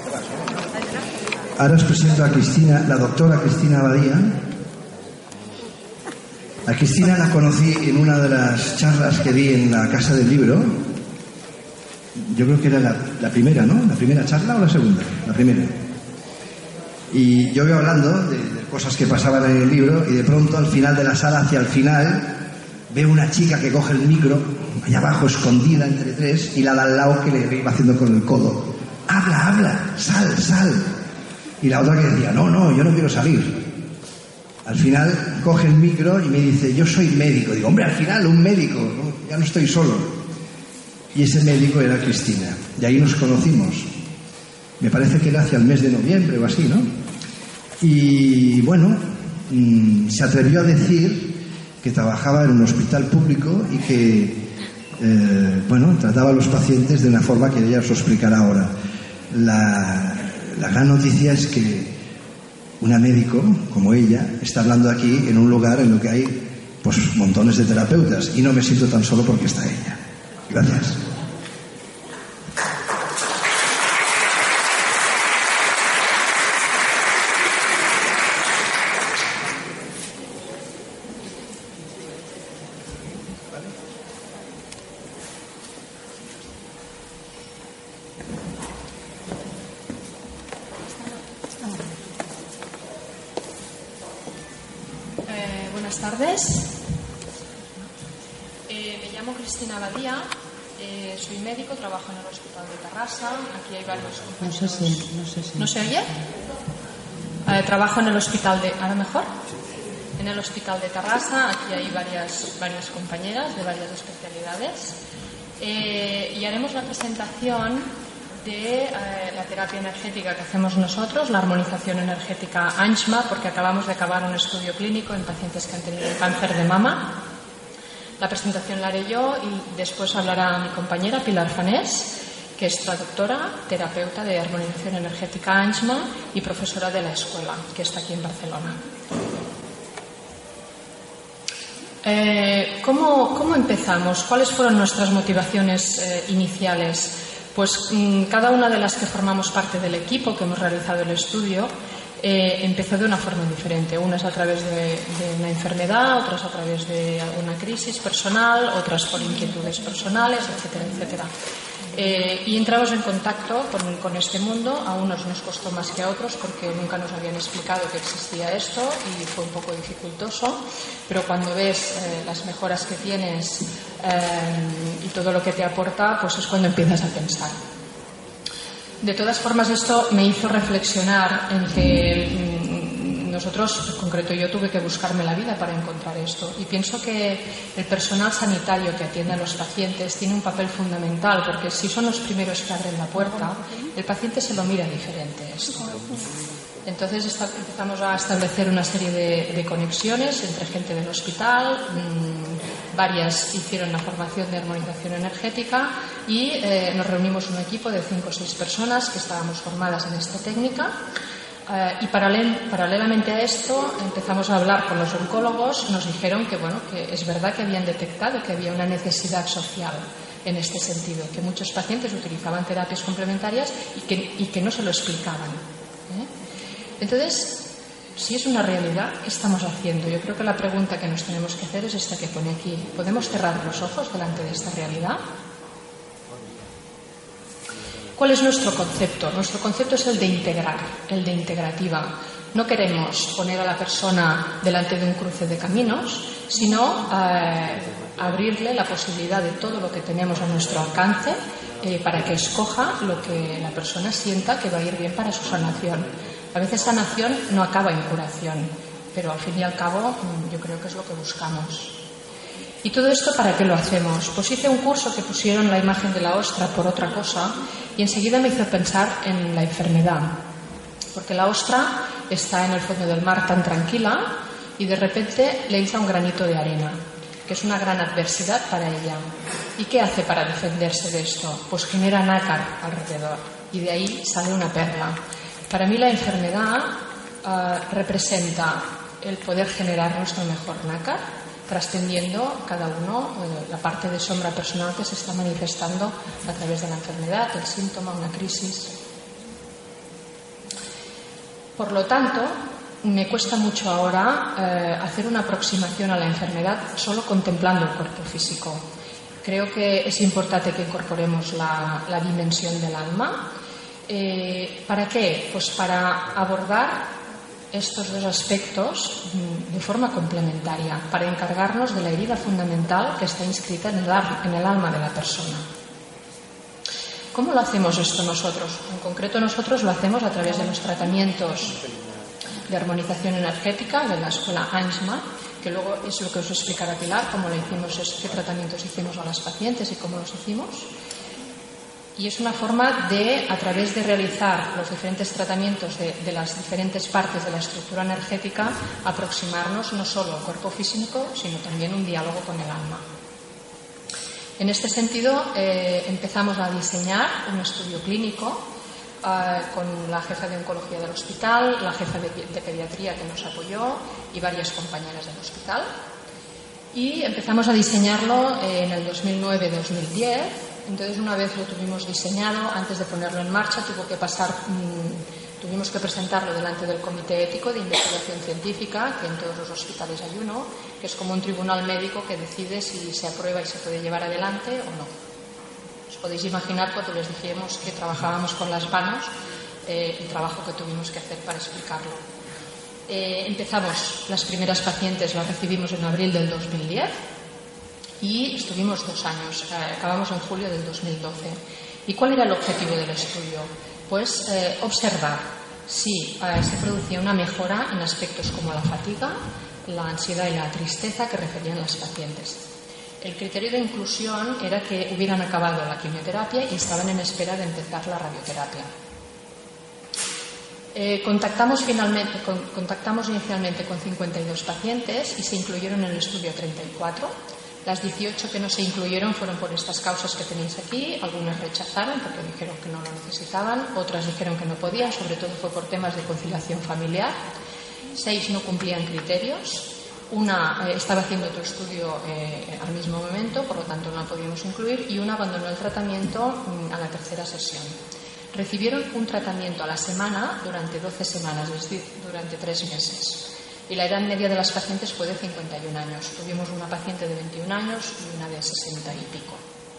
Ahora os presento a Cristina, la doctora Cristina Abadía. A Cristina la conocí en una de las charlas que di en la Casa del Libro. Yo creo que era la primera, ¿no? ¿La primera charla o la segunda? La primera. Y yo iba hablando de cosas que pasaban en el libro y de pronto al final de la sala, hacia el final, veo una chica que coge el micro, allá abajo, escondida entre tres, y la de al lado que le iba haciendo con el codo. Habla, sal. Y la otra que decía, no, yo no quiero salir. Al final coge el micro y me dice, yo soy médico. Digo, hombre, al final un médico, ¿no? Ya no estoy solo. Y ese médico era Cristina. Y ahí nos conocimos. Me parece que era hacia el mes de noviembre o así, ¿no? Y bueno, se atrevió a decir que trabajaba en un hospital público y que, trataba a los pacientes de una forma que ella os explicará ahora. La gran noticia es que una médico como ella está hablando aquí en un lugar en lo que hay pues montones de terapeutas y no me siento tan solo porque está ella. Gracias. Buenas tardes. Me llamo Cristina Abadía, soy médico, trabajo en el Hospital de Terrassa. Aquí hay varios compañeros. No sé si. ¿No se oye? Trabajo en el Hospital de... ¿Ahora mejor? En el Hospital de Terrassa. Aquí hay varias compañeras de varias especialidades. Y haremos la presentación de la terapia energética que hacemos nosotros, la armonización energética ANJMA, porque acabamos de acabar un estudio clínico en pacientes que han tenido cáncer de mama. La presentación la haré yo y después hablará mi compañera Pilar Fanés, que es traductora, terapeuta de armonización energética ANJMA y profesora de la escuela, que está aquí en Barcelona. ¿Cómo empezamos? ¿Cuáles fueron nuestras motivaciones iniciales? Pues cada una de las que formamos parte del equipo que hemos realizado el estudio empezó de una forma diferente. Unas a través de una enfermedad, otras a través de alguna crisis personal, otras por inquietudes personales, etcétera, etcétera. Y entramos en contacto con este mundo. A unos nos costó más que a otros porque nunca nos habían explicado que existía esto y fue un poco dificultoso, pero cuando ves las mejoras que tienes y todo lo que te aporta, pues es cuando empiezas a pensar. De todas formas, esto me hizo reflexionar en que nosotros, en concreto yo, tuve que buscarme la vida para encontrar esto. Y pienso que el personal sanitario que atiende a los pacientes tiene un papel fundamental, porque si son los primeros que abren la puerta, el paciente se lo mira diferente esto. Entonces empezamos a establecer una serie de conexiones entre gente del hospital, varias hicieron la formación de armonización energética y nos reunimos un equipo de 5 o 6 personas que estábamos formadas en esta técnica. Y paralelamente a esto empezamos a hablar con los oncólogos. Nos dijeron que es verdad que habían detectado que había una necesidad social en este sentido, que muchos pacientes utilizaban terapias complementarias y que no se lo explicaban. Entonces, si es una realidad, ¿qué estamos haciendo? Yo creo que la pregunta que nos tenemos que hacer es esta que pone aquí. ¿Podemos cerrar los ojos delante de esta realidad? ¿Cuál es nuestro concepto? Nuestro concepto es el de integrar, el de integrativa. No queremos poner a la persona delante de un cruce de caminos, sino abrirle la posibilidad de todo lo que tenemos a nuestro alcance para que escoja lo que la persona sienta que va a ir bien para su sanación. A veces sanación no acaba en curación, pero al fin y al cabo yo creo que es lo que buscamos. ¿Y todo esto para qué lo hacemos? Pues hice un curso que pusieron la imagen de la ostra por otra cosa y enseguida me hizo pensar en la enfermedad. Porque la ostra está en el fondo del mar tan tranquila y de repente le entra un granito de arena, que es una gran adversidad para ella. ¿Y qué hace para defenderse de esto? Pues genera nácar alrededor y de ahí sale una perla. Para mí la enfermedad representa el poder generar nuestro mejor nácar, trascendiendo cada uno la parte de sombra personal que se está manifestando a través de la enfermedad, el síntoma, una crisis. Por lo tanto, me cuesta mucho ahora hacer una aproximación a la enfermedad solo contemplando el cuerpo físico. Creo que es importante que incorporemos la dimensión del alma. ¿Para qué? Pues para abordar estos dos aspectos de forma complementaria, para encargarnos de la herida fundamental que está inscrita en el alma de la persona. ¿Cómo lo hacemos esto nosotros? En concreto, nosotros lo hacemos a través de los tratamientos de armonización energética de la escuela Ainsma, que luego es lo que os explicará Pilar, cómo lo hicimos, qué tratamientos hicimos a las pacientes y cómo los hicimos. Y es una forma de, a través de realizar los diferentes tratamientos de las diferentes partes de la estructura energética, aproximarnos no solo al cuerpo físico, sino también un diálogo con el alma. En este sentido, empezamos a diseñar un estudio clínico con la jefa de oncología del hospital, la jefa de pediatría que nos apoyó y varias compañeras del hospital. Y empezamos a diseñarlo en el 2009-2010. Entonces, una vez lo tuvimos diseñado, antes de ponerlo en marcha, tuvimos que presentarlo delante del Comité Ético de Investigación Científica, que en todos los hospitales hay uno, que es como un tribunal médico que decide si se aprueba y se puede llevar adelante o no. Os podéis imaginar, cuando les dijimos que trabajábamos con las manos, el trabajo que tuvimos que hacer para explicarlo. Empezamos, las primeras pacientes las recibimos en abril del 2010 y estuvimos 2 años, acabamos en julio del 2012. ¿Y cuál era el objetivo del estudio? Pues observar si se producía una mejora en aspectos como la fatiga, la ansiedad y la tristeza que referían las pacientes. El criterio de inclusión era que hubieran acabado la quimioterapia y estaban en espera de empezar la radioterapia. Contactamos inicialmente con 52 pacientes y se incluyeron en el estudio 34. Las 18 que no se incluyeron fueron por estas causas que tenéis aquí. Algunas rechazaron porque dijeron que no lo necesitaban, otras dijeron que no podían, sobre todo fue por temas de conciliación familiar. 6 no cumplían criterios. Una estaba haciendo otro estudio al mismo momento, por lo tanto no la podíamos incluir, y una abandonó el tratamiento a la tercera sesión. Recibieron un tratamiento a la semana durante 12 semanas, es decir, durante 3 meses. Y la edad media de las pacientes fue de 51 años. Tuvimos una paciente de 21 años y una de 60 y pico.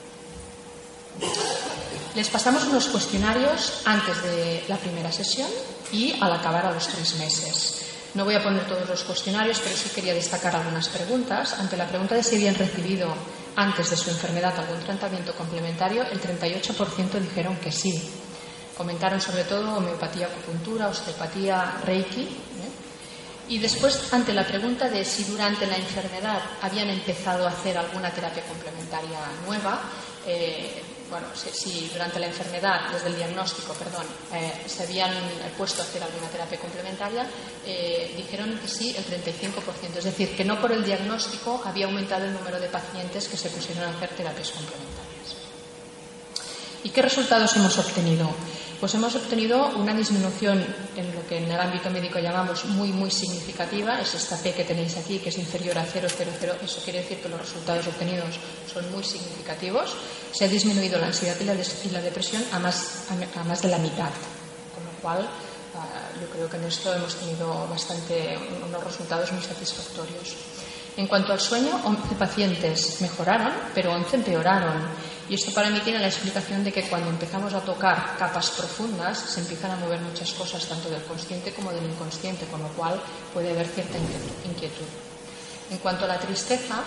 Les pasamos unos cuestionarios antes de la primera sesión y al acabar a los 3 meses. No voy a poner todos los cuestionarios, pero sí quería destacar algunas preguntas. Ante la pregunta de si habían recibido antes de su enfermedad algún tratamiento complementario, el 38% dijeron que sí. Comentaron sobre todo homeopatía, acupuntura, osteopatía, reiki. Y después, ante la pregunta de si durante la enfermedad habían empezado a hacer alguna terapia complementaria nueva, si durante la enfermedad, desde el diagnóstico, se habían puesto a hacer alguna terapia complementaria, dijeron que sí, el 35%. Es decir, que no por el diagnóstico había aumentado el número de pacientes que se pusieron a hacer terapias complementarias. ¿Y qué resultados hemos obtenido? Pues hemos obtenido una disminución en lo que en el ámbito médico llamamos muy, muy significativa. Es esta P que tenéis aquí, que es inferior a 0,00. Eso quiere decir que los resultados obtenidos son muy significativos. Se ha disminuido la ansiedad y la depresión a más de la mitad. Con lo cual, yo creo que en esto hemos tenido unos resultados muy satisfactorios. En cuanto al sueño, 11 pacientes mejoraron, pero 11 empeoraron. Y esto para mí tiene la explicación de que cuando empezamos a tocar capas profundas se empiezan a mover muchas cosas, tanto del consciente como del inconsciente, con lo cual puede haber cierta inquietud. En cuanto a la tristeza,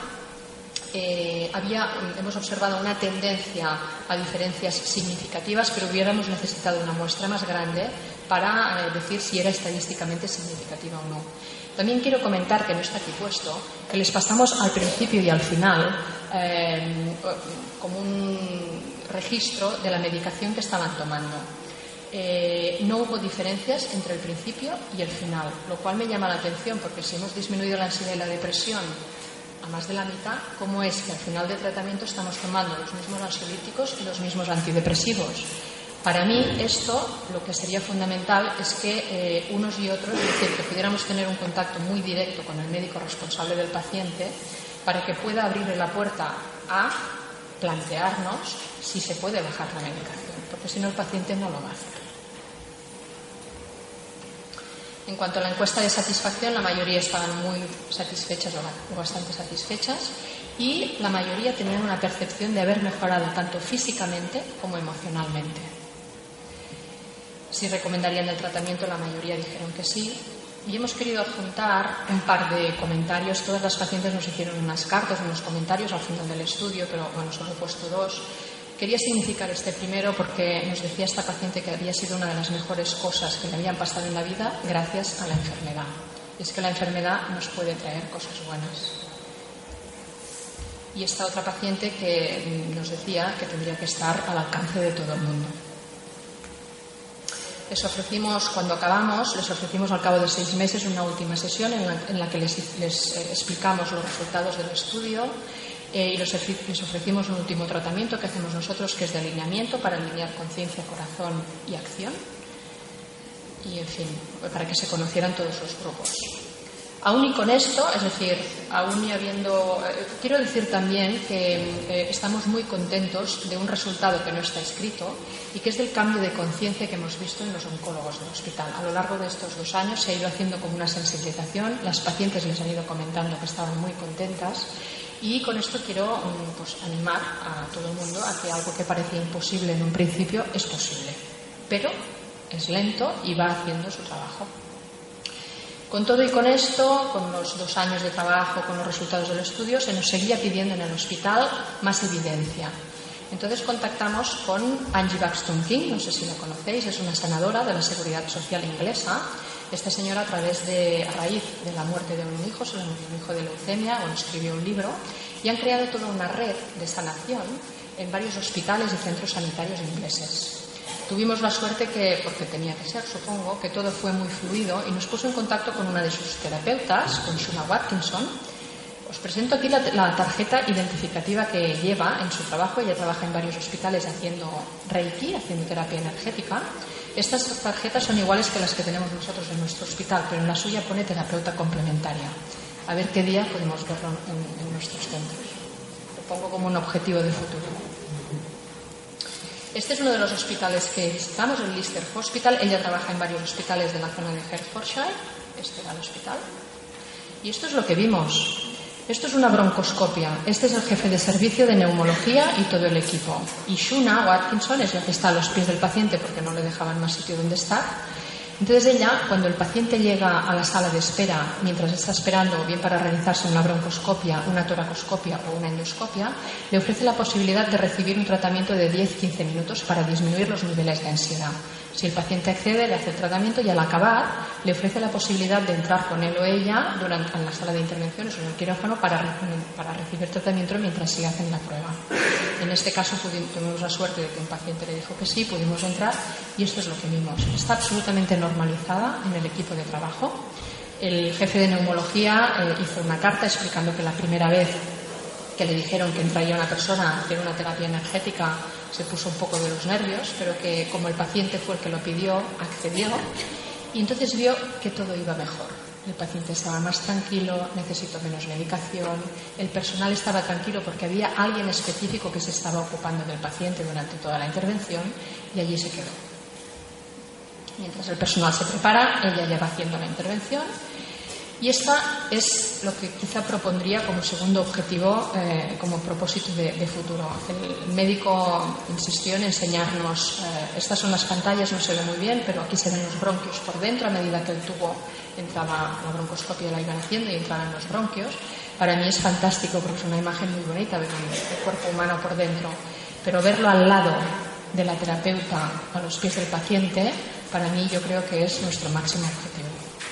hemos observado una tendencia a diferencias significativas, pero hubiéramos necesitado una muestra más grande para decir si era estadísticamente significativa o no. También quiero comentar, que no está aquí puesto, que les pasamos al principio y al final como un registro de la medicación que estaban tomando. No hubo diferencias entre el principio y el final, lo cual me llama la atención, porque si hemos disminuido la ansiedad y la depresión a más de la mitad, ¿cómo es que al final del tratamiento estamos tomando los mismos ansiolíticos y los mismos antidepresivos? Para mí esto, lo que sería fundamental es que unos y otros, es decir, que pudiéramos tener un contacto muy directo con el médico responsable del paciente para que pueda abrirle la puerta a plantearnos si se puede bajar la medicación, porque si no el paciente no lo va a hacer. En cuanto a la encuesta de satisfacción, la mayoría estaban muy satisfechas o bastante satisfechas y la mayoría tenían una percepción de haber mejorado tanto físicamente como emocionalmente. Si recomendarían el tratamiento, la mayoría dijeron que sí. Y hemos querido adjuntar un par de comentarios. Todas las pacientes nos hicieron unas cartas, unos comentarios al final del estudio, pero bueno, solo he puesto 2. Quería significar este primero porque nos decía esta paciente que había sido una de las mejores cosas que le habían pasado en la vida gracias a la enfermedad. Y es que la enfermedad nos puede traer cosas buenas. Y esta otra paciente que nos decía que tendría que estar al alcance de todo el mundo. Les ofrecimos, cuando acabamos, les ofrecimos al cabo de 6 meses una última sesión en la que les explicamos los resultados del estudio y les ofrecimos un último tratamiento que hacemos nosotros, que es de alineamiento para alinear conciencia, corazón y acción. Y, en fin, para que se conocieran todos los grupos. Aún y con esto, es decir, aún y habiendo... quiero decir también que estamos muy contentos de un resultado que no está escrito y que es del cambio de conciencia que hemos visto en los oncólogos del hospital. A lo largo de estos 2 años se ha ido haciendo como una sensibilización, las pacientes les han ido comentando que estaban muy contentas y con esto quiero animar a todo el mundo a que algo que parecía imposible en un principio es posible, pero es lento y va haciendo su trabajo. Con todo y con esto, con los 2 años de trabajo, con los resultados del estudio, se nos seguía pidiendo en el hospital más evidencia. Entonces contactamos con Angie Buxton King, no sé si la conocéis, es una senadora de la Seguridad Social inglesa. Esta señora, a raíz de la muerte de un hijo, se le murió un hijo de leucemia, escribió un libro, y han creado toda una red de sanación en varios hospitales y centros sanitarios ingleses. Tuvimos la suerte que, porque tenía que ser, supongo, que todo fue muy fluido y nos puso en contacto con una de sus terapeutas, con Shuna Watkinson. Os presento aquí la tarjeta identificativa que lleva en su trabajo. Ella trabaja en varios hospitales haciendo Reiki, haciendo terapia energética. Estas tarjetas son iguales que las que tenemos nosotros en nuestro hospital, pero en la suya pone terapeuta complementaria. A ver qué día podemos verlo en nuestros centros. Lo pongo como un objetivo de futuro. Este es uno de los hospitales que visitamos, el Lister Hospital. Ella trabaja en varios hospitales de la zona de Hertfordshire. Este era el hospital. Y esto es lo que vimos. Esto es una broncoscopia. Este es el jefe de servicio de neumología y todo el equipo. Y Shuna Watkinson es la que está a los pies del paciente porque no le dejaban más sitio donde estar. Entonces ella, cuando el paciente llega a la sala de espera, mientras está esperando bien para realizarse una broncoscopia, una toracoscopia o una endoscopia, le ofrece la posibilidad de recibir un tratamiento de 10-15 minutos para disminuir los niveles de ansiedad. Si el paciente accede, le hace el tratamiento y al acabar le ofrece la posibilidad de entrar con él o ella en la sala de intervenciones o en el quirófano para recibir tratamiento mientras sigue haciendo la prueba. En este caso tuvimos la suerte de que un paciente le dijo que sí, pudimos entrar y esto es lo que vimos. Está absolutamente normalizada en el equipo de trabajo. El jefe de neumología hizo una carta explicando que la primera vez que le dijeron que entraría una persona a hacer una terapia energética se puso un poco de los nervios, pero que como el paciente fue el que lo pidió, accedió y entonces vio que todo iba mejor. El paciente estaba más tranquilo, necesitó menos medicación, el personal estaba tranquilo porque había alguien específico que se estaba ocupando del paciente durante toda la intervención y allí se quedó. Mientras el personal se prepara, ella ya va haciendo la intervención. Y esta es lo que quizá propondría como segundo objetivo, como propósito de futuro. El médico insistió en enseñarnos, estas son las pantallas, no se ve muy bien, pero aquí se ven los bronquios por dentro, a medida que el tubo entraba, la broncoscopia la iban haciendo y entraban los bronquios. Para mí es fantástico porque es una imagen muy bonita, ver el cuerpo humano por dentro, pero verlo al lado de la terapeuta, a los pies del paciente, para mí yo creo que es nuestro máximo objetivo.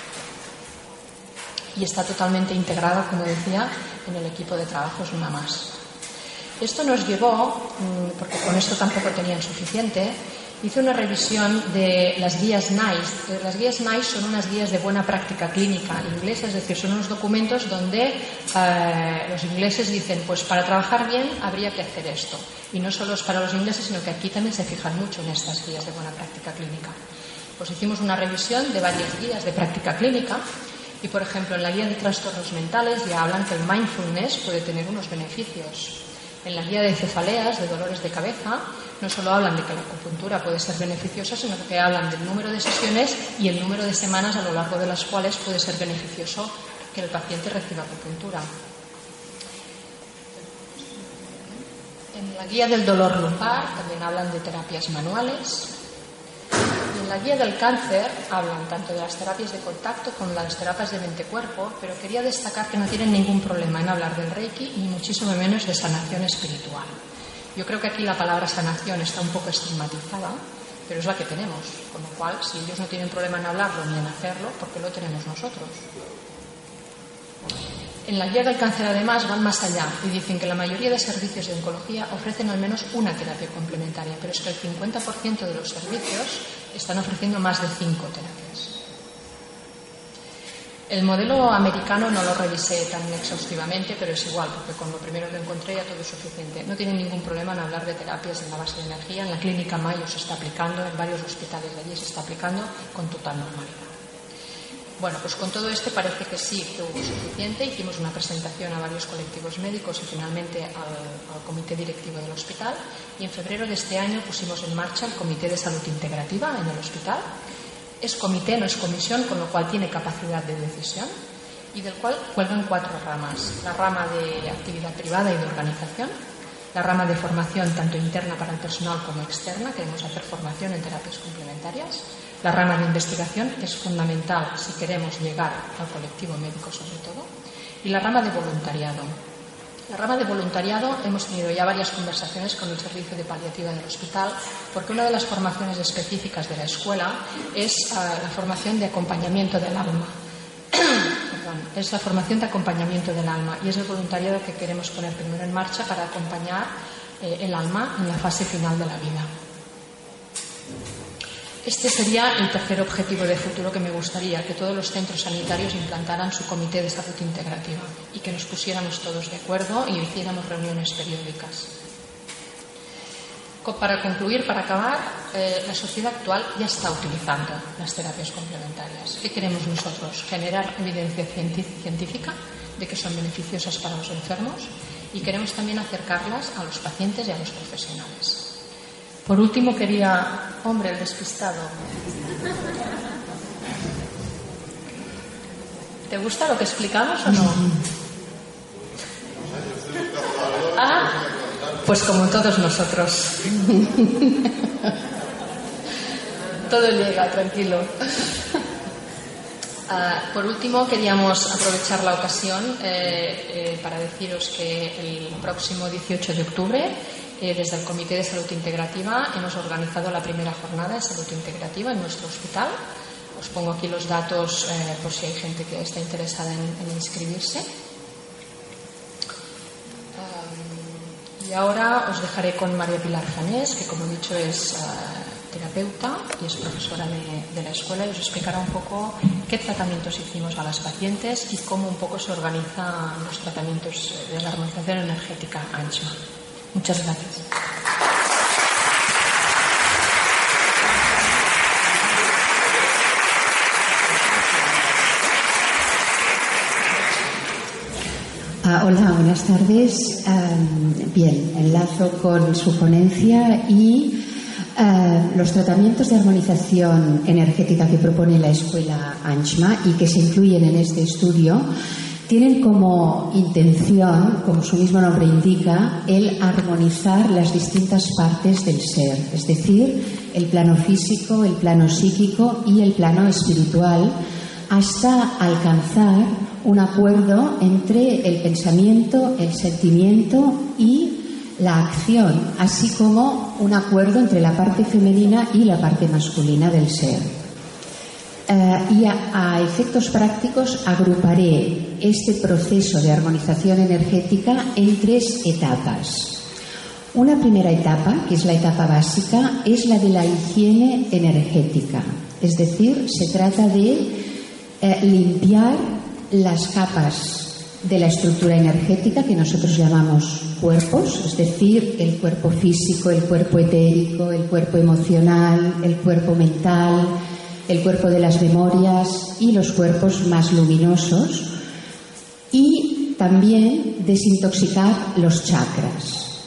Y está totalmente integrada, como decía, en el equipo de trabajo, es una más. Esto nos llevó, porque con esto tampoco tenían suficiente, hice una revisión de las guías NICE. Las guías NICE son unas guías de buena práctica clínica inglesas, es decir, son unos documentos donde los ingleses dicen, pues para trabajar bien habría que hacer esto. Y no solo es para los ingleses, sino que aquí también se fijan mucho en estas guías de buena práctica clínica. Pues hicimos una revisión de varias guías de práctica clínica. Y, por ejemplo, en la guía de trastornos mentales ya hablan que el mindfulness puede tener unos beneficios. En la guía de cefaleas, de dolores de cabeza, no solo hablan de que la acupuntura puede ser beneficiosa, sino que hablan del número de sesiones y el número de semanas a lo largo de las cuales puede ser beneficioso que el paciente reciba acupuntura. En la guía del dolor lumbar también hablan de terapias manuales. Y en la guía del cáncer hablan tanto de las terapias de contacto como de las terapias de mente-cuerpo, pero quería destacar que no tienen ningún problema en hablar del Reiki ni muchísimo menos de sanación espiritual. Yo creo que aquí la palabra sanación está un poco estigmatizada, pero es la que tenemos, con lo cual, si ellos no tienen problema en hablarlo ni en hacerlo, ¿por qué lo tenemos nosotros? En la guía del cáncer, además, van más allá y dicen que la mayoría de servicios de oncología ofrecen al menos una terapia complementaria, pero es que el 50% de los servicios están ofreciendo más de 5 terapias. El modelo americano no lo revisé tan exhaustivamente, pero es igual, porque con lo primero que encontré ya todo es suficiente. No tienen ningún problema en hablar de terapias en la base de energía. En la clínica Mayo se está aplicando, en varios hospitales de allí se está aplicando con total normalidad. Bueno, pues con todo esto parece que sí que hubo suficiente. Hicimos una presentación a varios colectivos médicos y finalmente al comité directivo del hospital. Y en febrero de este año pusimos en marcha el Comité de Salud Integrativa en el hospital. Es comité, no es comisión, con lo cual tiene capacidad de decisión y del cual cuelgan 4 ramas. La rama de actividad privada y de organización, la rama de formación tanto interna para el personal como externa, queremos hacer formación en terapias complementarias, la rama de investigación, que es fundamental si queremos llegar al colectivo médico sobre todo, y la rama de voluntariado. La rama de voluntariado hemos tenido ya varias conversaciones con el servicio de paliativa del hospital, porque una de las formaciones específicas de la escuela es la formación de acompañamiento del alma. Es la formación de acompañamiento del alma y es el voluntariado que queremos poner primero en marcha para acompañar el alma en la fase final de la vida. Este sería el tercer objetivo de futuro que me gustaría, que todos los centros sanitarios implantaran su comité de salud integrativa y que nos pusiéramos todos de acuerdo y hiciéramos reuniones periódicas. Para concluir, para acabar, la sociedad actual ya está utilizando las terapias complementarias. ¿Qué queremos nosotros? Generar evidencia científica de que son beneficiosas para los enfermos y queremos también acercarlas a los pacientes y a los profesionales. Por último, quería... Hombre, el despistado. ¿Te gusta lo que explicamos o no? Ah, pues como todos nosotros. Todo llega, tranquilo. Por último, queríamos aprovechar la ocasión para deciros que el próximo 18 de octubre, desde el Comité de Salud Integrativa, hemos organizado la primera jornada de salud integrativa en nuestro hospital. Os pongo aquí los datos por si hay gente que está interesada en inscribirse. Y ahora os dejaré con María Pilar Janés, que como he dicho es terapeuta y es profesora de la escuela, y os explicará un poco qué tratamientos hicimos a las pacientes y cómo un poco se organizan los tratamientos de la armonización energética ANCHMA. Muchas gracias. Hola, buenas tardes. Bien, enlazo con su ponencia y los tratamientos de armonización energética que propone la escuela ANCHMA y que se incluyen en este estudio tienen como intención, como su mismo nombre indica, el armonizar las distintas partes del ser, es decir, el plano físico, el plano psíquico y el plano espiritual, hasta alcanzar un acuerdo entre el pensamiento, el sentimiento y la acción, así como un acuerdo entre la parte femenina y la parte masculina del ser. Y a efectos prácticos agruparé este proceso de armonización energética en 3 etapas. Una primera etapa, que es la etapa básica, es la de la higiene energética, es decir, se trata de limpiar las capas de la estructura energética que nosotros llamamos cuerpos, es decir, el cuerpo físico, el cuerpo etérico, el cuerpo emocional, el cuerpo mental, el cuerpo de las memorias y los cuerpos más luminosos, y también desintoxicar los chakras.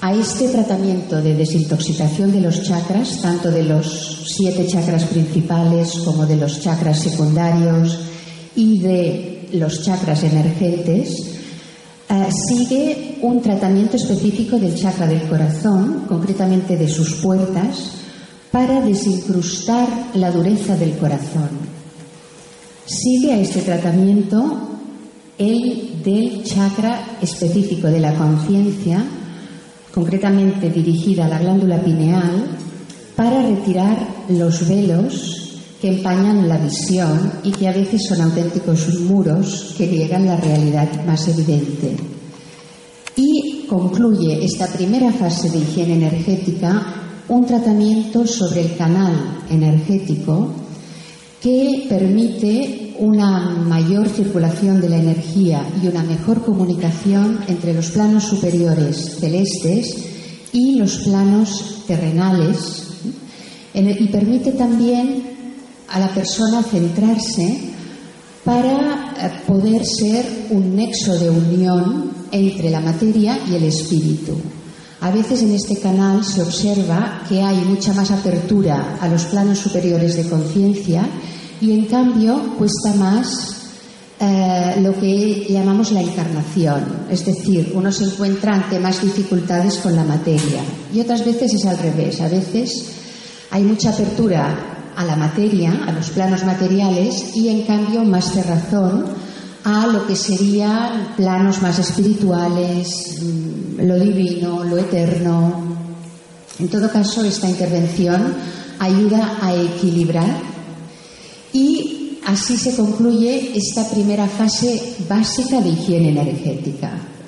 A este tratamiento de desintoxicación de los chakras, tanto de los 7 chakras principales como de los chakras secundarios y de los chakras emergentes, sigue un tratamiento específico del chakra del corazón, concretamente de sus puertas, para desincrustar la dureza del corazón. Sigue a este tratamiento el del chakra específico de la conciencia, concretamente dirigida a la glándula pineal, para retirar los velos que empañan la visión y que a veces son auténticos muros que niegan la realidad más evidente. Y concluye esta primera fase de higiene energética un tratamiento sobre el canal energético que permite una mayor circulación de la energía y una mejor comunicación entre los planos superiores celestes y los planos terrenales, y permite también a la persona centrarse para poder ser un nexo de unión entre la materia y el espíritu. A veces en este canal se observa que hay mucha más apertura a los planos superiores de conciencia y en cambio cuesta más lo que llamamos la encarnación, es decir, uno se encuentra ante más dificultades con la materia y otras veces es al revés. A veces hay mucha apertura a la materia, a los planos materiales, y en cambio más cerrazón a lo que serían planos más espirituales, lo divino, lo eterno. En todo caso, esta intervención ayuda a equilibrar y así se concluye esta primera fase básica de higiene energética.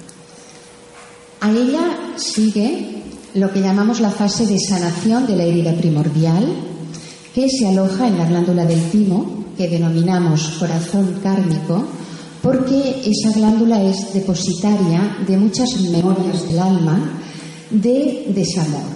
A ella sigue lo que llamamos la fase de sanación de la herida primordial, que se aloja en la glándula del timo, que denominamos corazón kármico, porque esa glándula es depositaria de muchas memorias del alma de desamor.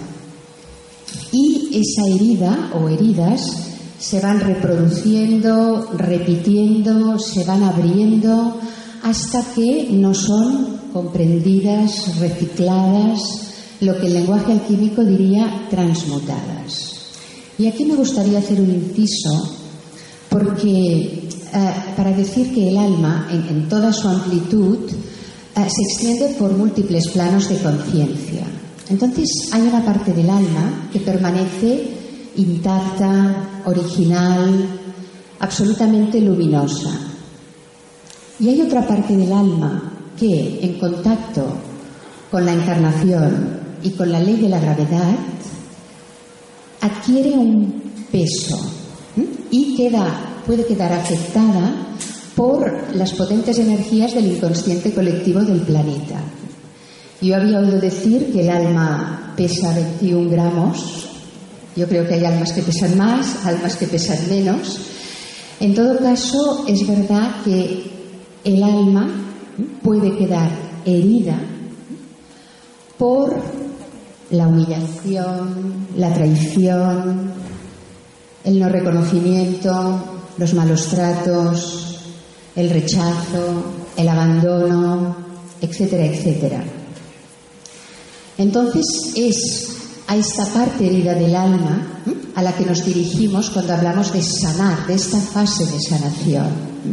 Y esa herida o heridas se van reproduciendo, repitiendo, se van abriendo hasta que no son comprendidas, recicladas, lo que el lenguaje alquímico diría transmutadas. Y aquí me gustaría hacer un inciso porque para decir que el alma en toda su amplitud se extiende por múltiples planos de conciencia. Entonces hay una parte del alma que permanece intacta, original, absolutamente luminosa. Y hay otra parte del alma que, en contacto con la encarnación y con la ley de la gravedad, adquiere un peso y puede quedar afectada por las potentes energías del inconsciente colectivo del planeta. Yo había oído decir que el alma pesa 21 gramos. Yo creo que hay almas que pesan más, almas que pesan menos. En todo caso, es verdad que el alma puede quedar herida por la humillación, la traición, el no reconocimiento, los malos tratos, el rechazo, el abandono, etcétera, etcétera. Entonces es a esta parte herida del alma a la que nos dirigimos cuando hablamos de sanar, de esta fase de sanación.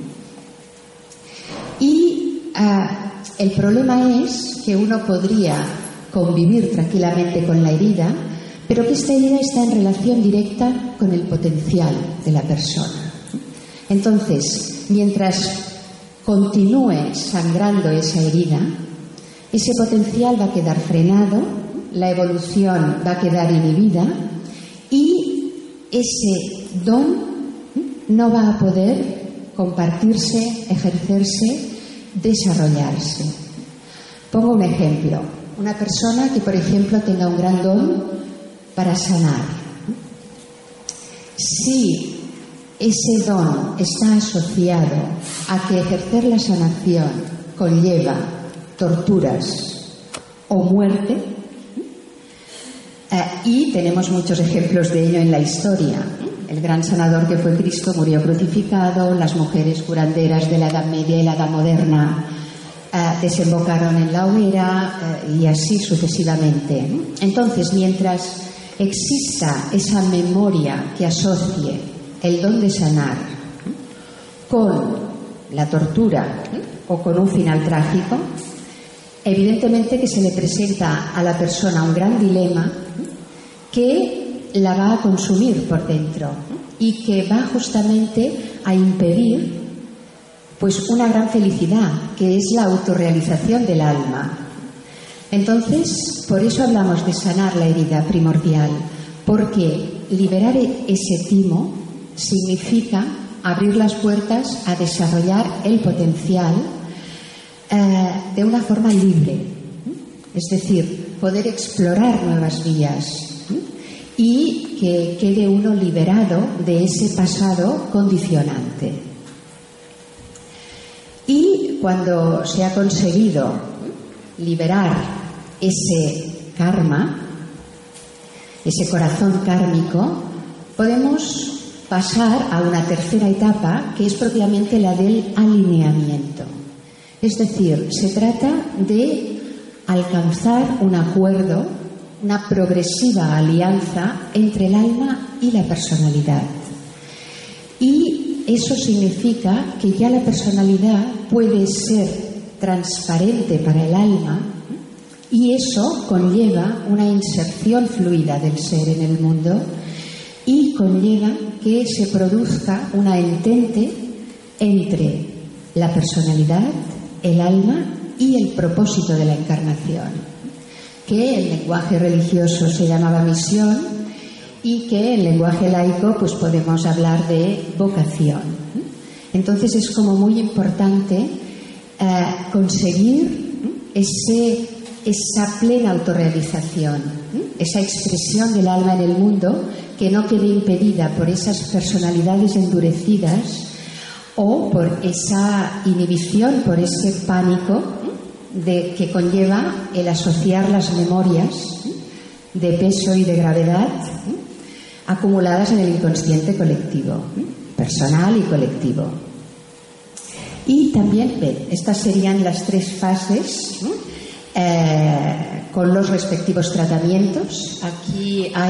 Y el problema es que uno podría convivir tranquilamente con la herida, pero que esta herida está en relación directa con el potencial de la persona. Entonces, mientras continúe sangrando esa herida, ese potencial va a quedar frenado, la evolución va a quedar inhibida y ese don no va a poder compartirse, ejercerse, desarrollarse. Pongo un ejemplo. Una persona que, por ejemplo, tenga un gran don para sanar. Si ese don está asociado a que ejercer la sanación conlleva torturas o muerte, y tenemos muchos ejemplos de ello en la historia. El gran sanador que fue Cristo murió crucificado, las mujeres curanderas de la Edad Media y la Edad Moderna desembocaron en la hoguera y así sucesivamente. Entonces, mientras exista esa memoria que asocie el don de sanar con la tortura o con un final trágico, evidentemente que se le presenta a la persona un gran dilema que la va a consumir por dentro y que va justamente a impedir pues una gran felicidad, que es la autorrealización del alma. Entonces, por eso hablamos de sanar la herida primordial, porque liberar ese timo significa abrir las puertas a desarrollar el potencial de una forma libre, es decir, poder explorar nuevas vías y que quede uno liberado de ese pasado condicionante. Y cuando se ha conseguido liberar ese karma, ese corazón kármico, podemos pasar a una tercera etapa, que es propiamente la del alineamiento. Es decir, se trata de alcanzar un acuerdo, una progresiva alianza entre el alma y la personalidad. Y eso significa que ya la personalidad puede ser transparente para el alma y eso conlleva una inserción fluida del ser en el mundo y conlleva que se produzca una entente entre la personalidad, el alma y el propósito de la encarnación, que en lenguaje religioso se llamaba misión y que en lenguaje laico pues podemos hablar de vocación. Entonces es como muy importante conseguir esa plena autorrealización, esa expresión del alma en el mundo que no quede impedida por esas personalidades endurecidas o por esa inhibición, por ese pánico que conlleva el asociar las memorias de peso y de gravedad acumuladas en el inconsciente colectivo, personal y colectivo. Y también, estas serían las tres fases con los respectivos tratamientos. Aquí hay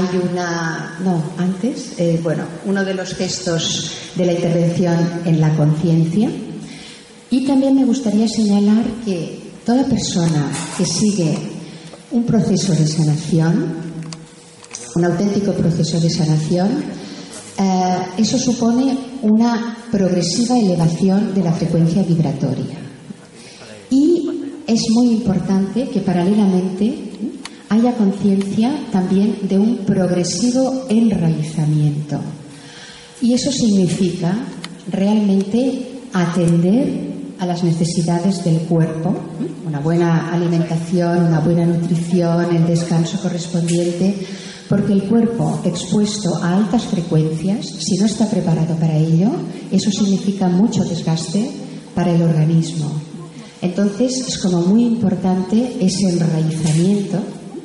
uno de los gestos de la intervención en la conciencia. Y también me gustaría señalar que toda persona que sigue un proceso de sanación, un auténtico proceso de sanación, eso supone una progresiva elevación de la frecuencia vibratoria. Y es muy importante que paralelamente haya conciencia también de un progresivo enraizamiento. Y eso significa realmente atender a las necesidades del cuerpo, una buena alimentación, una buena nutrición, el descanso correspondiente, porque el cuerpo expuesto a altas frecuencias, si no está preparado para ello, eso significa mucho desgaste para el organismo. Entonces es como muy importante ese enraizamiento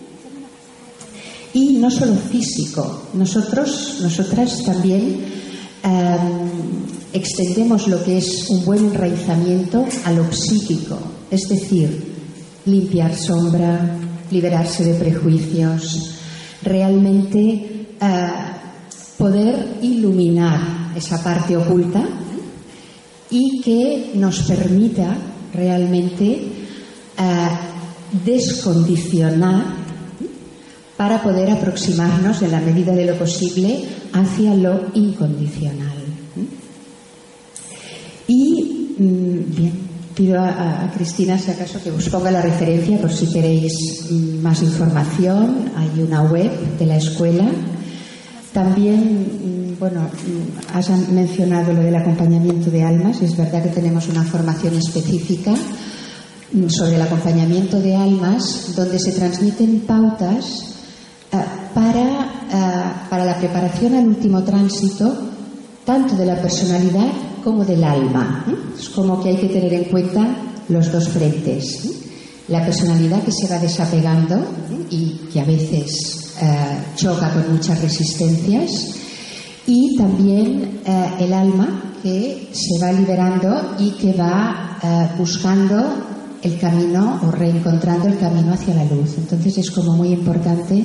y no solo físico, nosotras también extendemos lo que es un buen enraizamiento a lo psíquico, es decir, limpiar sombra, liberarse de prejuicios, realmente poder iluminar esa parte oculta y que nos permita realmente descondicionar para poder aproximarnos en la medida de lo posible hacia lo incondicional. Y bien, pido a Cristina si acaso que os ponga la referencia por si queréis más información. Hay una web de la escuela. También, has mencionado lo del acompañamiento de almas. Es verdad que tenemos una formación específica sobre el acompañamiento de almas donde se transmiten pautas para la preparación al último tránsito tanto de la personalidad como del alma. Es como que hay que tener en cuenta los dos frentes. La personalidad que se va desapegando y que a veces choca con muchas resistencias, y también el alma que se va liberando y que va buscando el camino o reencontrando el camino hacia la luz. Entonces es como muy importante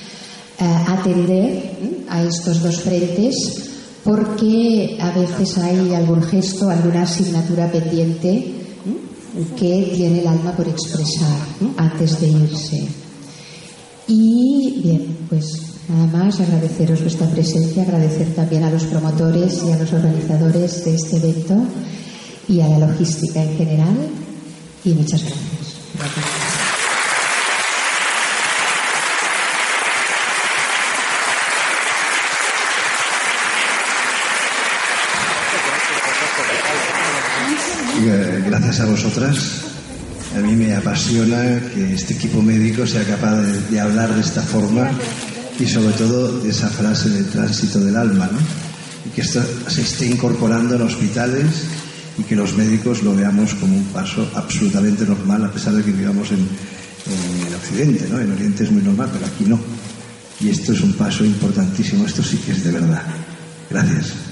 atender a estos dos frentes, porque a veces hay algún gesto, alguna asignatura pendiente que tiene el alma por expresar antes de irse. Y bien, pues nada más, agradeceros vuestra presencia, agradecer también a los promotores y a los organizadores de este evento y a la logística en general, y muchas gracias. Gracias a vosotras. A mí me apasiona que este equipo médico sea capaz de hablar de esta forma y sobre todo de esa frase del tránsito del alma, ¿no? Y que esto se esté incorporando en hospitales y que los médicos lo veamos como un paso absolutamente normal, a pesar de que vivamos en Occidente, ¿no? En Oriente es muy normal, pero aquí no. Y esto es un paso importantísimo, esto sí que es de verdad. Gracias.